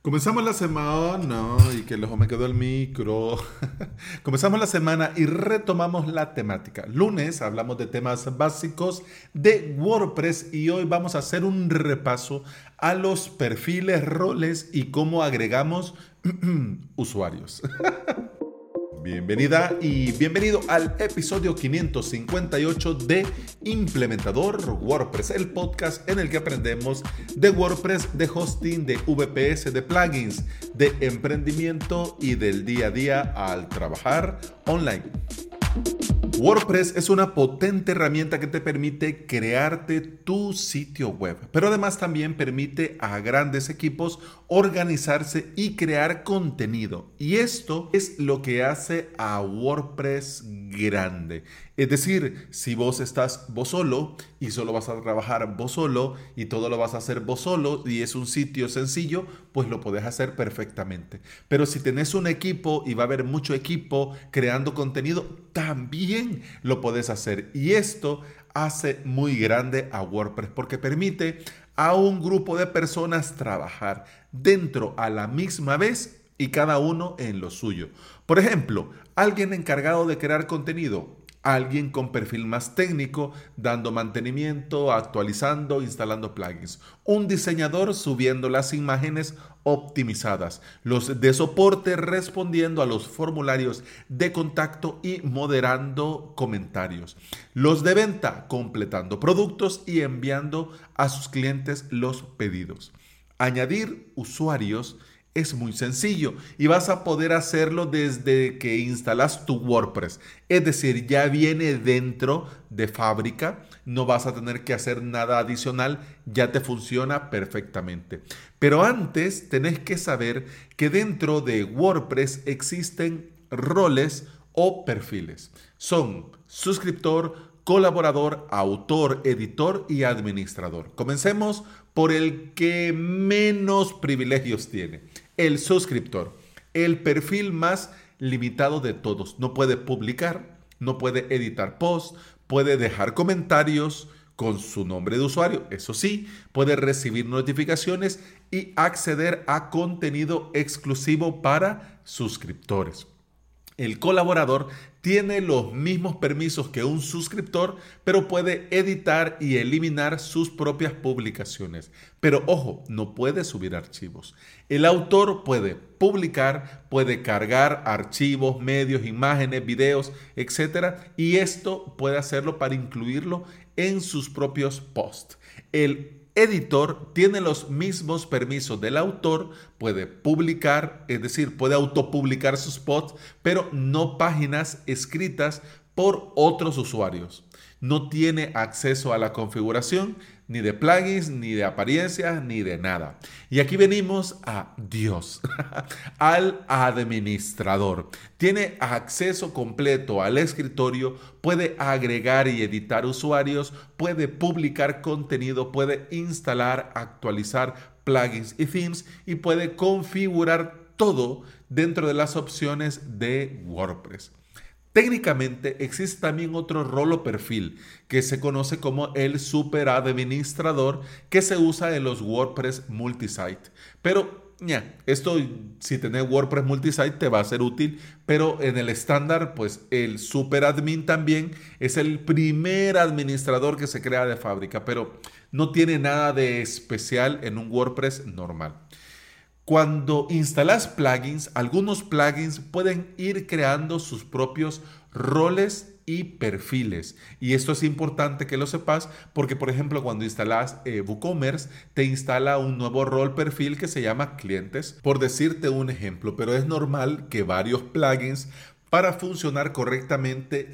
Comenzamos la semana y que luego me quedó el micro. Comenzamos la semana y retomamos la temática. Lunes hablamos de temas básicos de WordPress y hoy vamos a hacer un repaso a los perfiles, roles y cómo agregamos usuarios. Bienvenida y bienvenido al episodio 558 de Implementador WordPress, el podcast en el que aprendemos de WordPress, de hosting, de VPS, de plugins, de emprendimiento y del día a día al trabajar online. WordPress es una potente herramienta que te permite crearte tu sitio web, pero además también permite a grandes equipos organizarse y crear contenido. Y esto es lo que hace a WordPress grande. Es decir, si vos estás vos solo y solo vas a trabajar vos solo y todo lo vas a hacer vos solo y es un sitio sencillo, pues lo podés hacer perfectamente. Pero si tenés un equipo y va a haber mucho equipo creando contenido, también lo podés hacer. Y esto hace muy grande a WordPress porque permite a un grupo de personas trabajar dentro a la misma vez y cada uno en lo suyo. Por ejemplo, alguien encargado de crear contenido, alguien con perfil más técnico, dando mantenimiento, actualizando, instalando plugins. Un diseñador subiendo las imágenes optimizadas. Los de soporte respondiendo a los formularios de contacto y moderando comentarios. Los de venta completando productos y enviando a sus clientes los pedidos. Añadir usuarios es muy sencillo y vas a poder hacerlo desde que instalas tu WordPress. Es decir, ya viene dentro de fábrica, no vas a tener que hacer nada adicional, ya te funciona perfectamente. Pero antes tenés que saber que dentro de WordPress existen roles o perfiles. Son suscriptor, colaborador, autor, editor y administrador. Comencemos por el que menos privilegios tiene, el suscriptor, el perfil más limitado de todos. No puede publicar, no puede editar posts, puede dejar comentarios con su nombre de usuario, eso sí, puede recibir notificaciones y acceder a contenido exclusivo para suscriptores. El colaborador tiene los mismos permisos que un suscriptor, pero puede editar y eliminar sus propias publicaciones. Pero ojo, no puede subir archivos. El autor puede publicar, puede cargar archivos, medios, imágenes, videos, etc. Y esto puede hacerlo para incluirlo en sus propios posts. El editor tiene los mismos permisos del autor, puede publicar, es decir, puede autopublicar sus posts, pero no páginas escritas por otros usuarios. No tiene acceso a la configuración ni de plugins, ni de apariencias, ni de nada. Y aquí venimos a Dios, al administrador. Tiene acceso completo al escritorio, puede agregar y editar usuarios, puede publicar contenido, puede instalar, actualizar plugins y themes y puede configurar todo dentro de las opciones de WordPress. Técnicamente existe también otro rol o perfil que se conoce como el superadministrador que se usa en los WordPress multisite. Pero esto si tenés WordPress multisite te va a ser útil, pero en el estándar pues el superadmin también es el primer administrador que se crea de fábrica, pero no tiene nada de especial en un WordPress normal. Cuando instalas plugins, algunos plugins pueden ir creando sus propios roles y perfiles. Y esto es importante que lo sepas porque, por ejemplo, cuando instalas WooCommerce, te instala un nuevo rol perfil que se llama clientes, por decirte un ejemplo. Pero es normal que varios plugins para funcionar correctamente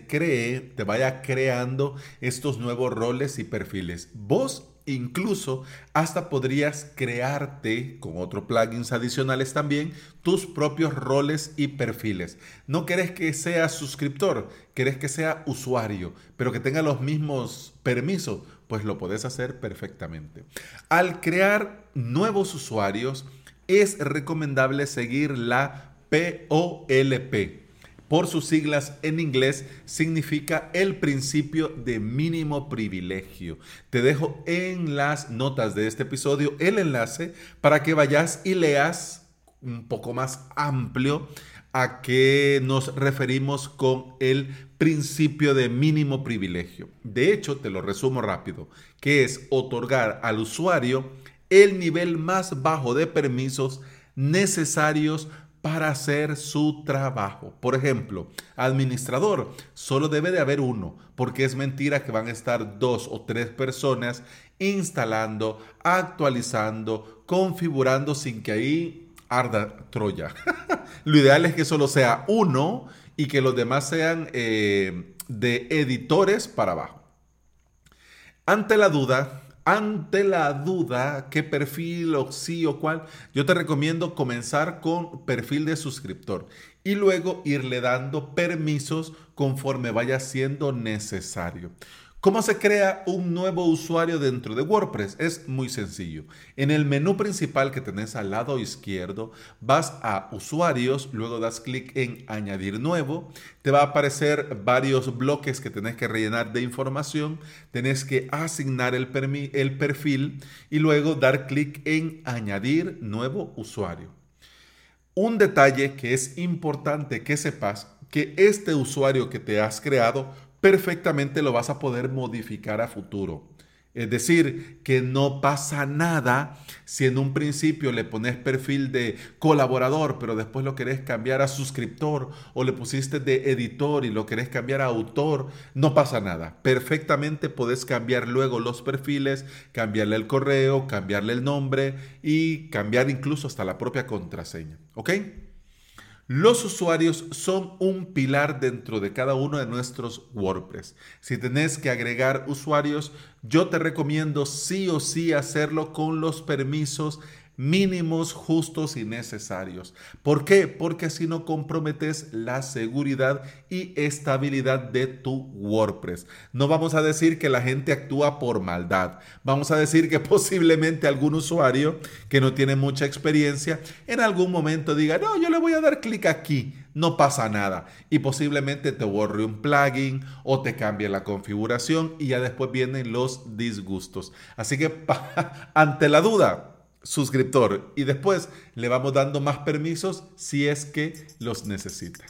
te vaya creando estos nuevos roles y perfiles. Vos incluso hasta podrías crearte con otros plugins adicionales también tus propios roles y perfiles. No querés que sea suscriptor, querés que sea usuario, pero que tenga los mismos permisos, pues lo podés hacer perfectamente. Al crear nuevos usuarios, es recomendable seguir la POLP. Por sus siglas en inglés, significa el principio de mínimo privilegio. Te dejo en las notas de este episodio el enlace para que vayas y leas un poco más amplio a qué nos referimos con el principio de mínimo privilegio. De hecho, te lo resumo rápido, que es otorgar al usuario el nivel más bajo de permisos necesarios para hacer su trabajo. Por ejemplo, administrador, solo debe de haber uno, porque es mentira que van a estar 2 o 3 personas instalando, actualizando, configurando sin que ahí arda Troya. Lo ideal es que solo sea uno y que los demás sean de editores para abajo. Ante la duda, qué perfil o sí o cuál, yo te recomiendo comenzar con perfil de suscriptor y luego irle dando permisos conforme vaya siendo necesario. ¿Cómo se crea un nuevo usuario dentro de WordPress? Es muy sencillo. En el menú principal que tenés al lado izquierdo, vas a usuarios, luego das clic en añadir nuevo. Te va a aparecer varios bloques que tenés que rellenar de información. Tenés que asignar el perfil y luego dar clic en añadir nuevo usuario. Un detalle que es importante que sepas, que este usuario que te has creado perfectamente lo vas a poder modificar a futuro. Es decir, que no pasa nada si en un principio le pones perfil de colaborador, pero después lo querés cambiar a suscriptor, o le pusiste de editor y lo querés cambiar a autor, no pasa nada. Perfectamente podés cambiar luego los perfiles, cambiarle el correo, cambiarle el nombre y cambiar incluso hasta la propia contraseña. ¿Ok? Los usuarios son un pilar dentro de cada uno de nuestros WordPress. Si tenés que agregar usuarios, yo te recomiendo sí o sí hacerlo con los permisos mínimos, justos y necesarios. ¿Por qué? Porque así no comprometes la seguridad y estabilidad de tu WordPress. No vamos a decir que la gente actúa por maldad. Vamos a decir que posiblemente algún usuario que no tiene mucha experiencia en algún momento diga, no, yo le voy a dar clic aquí. No pasa nada. Y posiblemente te borre un plugin o te cambie la configuración y ya después vienen los disgustos. Así que ante la duda, suscriptor, y después le vamos dando más permisos si es que los necesita.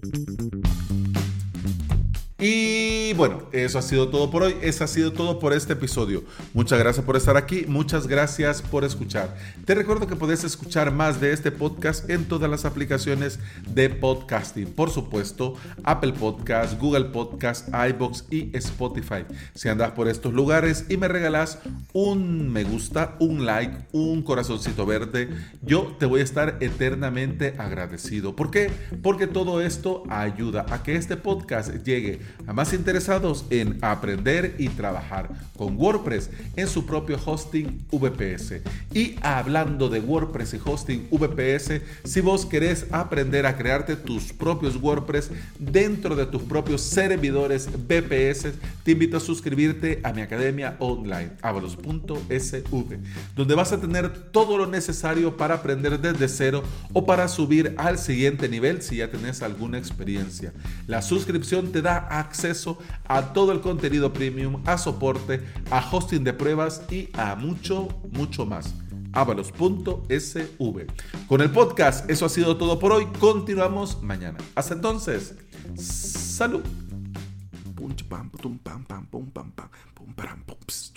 Y bueno, eso ha sido todo por hoy. Eso ha sido todo por este episodio. Muchas gracias por estar aquí. Muchas gracias por escuchar. Te recuerdo que puedes escuchar más de este podcast en todas las aplicaciones de podcasting. Por supuesto, Apple Podcast, Google Podcast, iVoox y Spotify. Si andas por estos lugares y me regalas un me gusta, un like, un corazoncito verde, yo te voy a estar eternamente agradecido. ¿Por qué? Porque todo esto ayuda a que este podcast llegue a más interesados en aprender y trabajar con WordPress en su propio hosting VPS. Y hablando de WordPress y hosting VPS, si vos querés aprender a crearte tus propios WordPress dentro de tus propios servidores VPS, te invito a suscribirte a mi academia online, avalos.sv, donde vas a tener todo lo necesario para aprender desde cero o para subir al siguiente nivel si ya tenés alguna experiencia. La suscripción te da acceso a todo el contenido premium, a soporte, a hosting de pruebas y a mucho más. avalos.sv. Con el podcast, eso ha sido todo por hoy. Continuamos mañana. Hasta entonces, salud.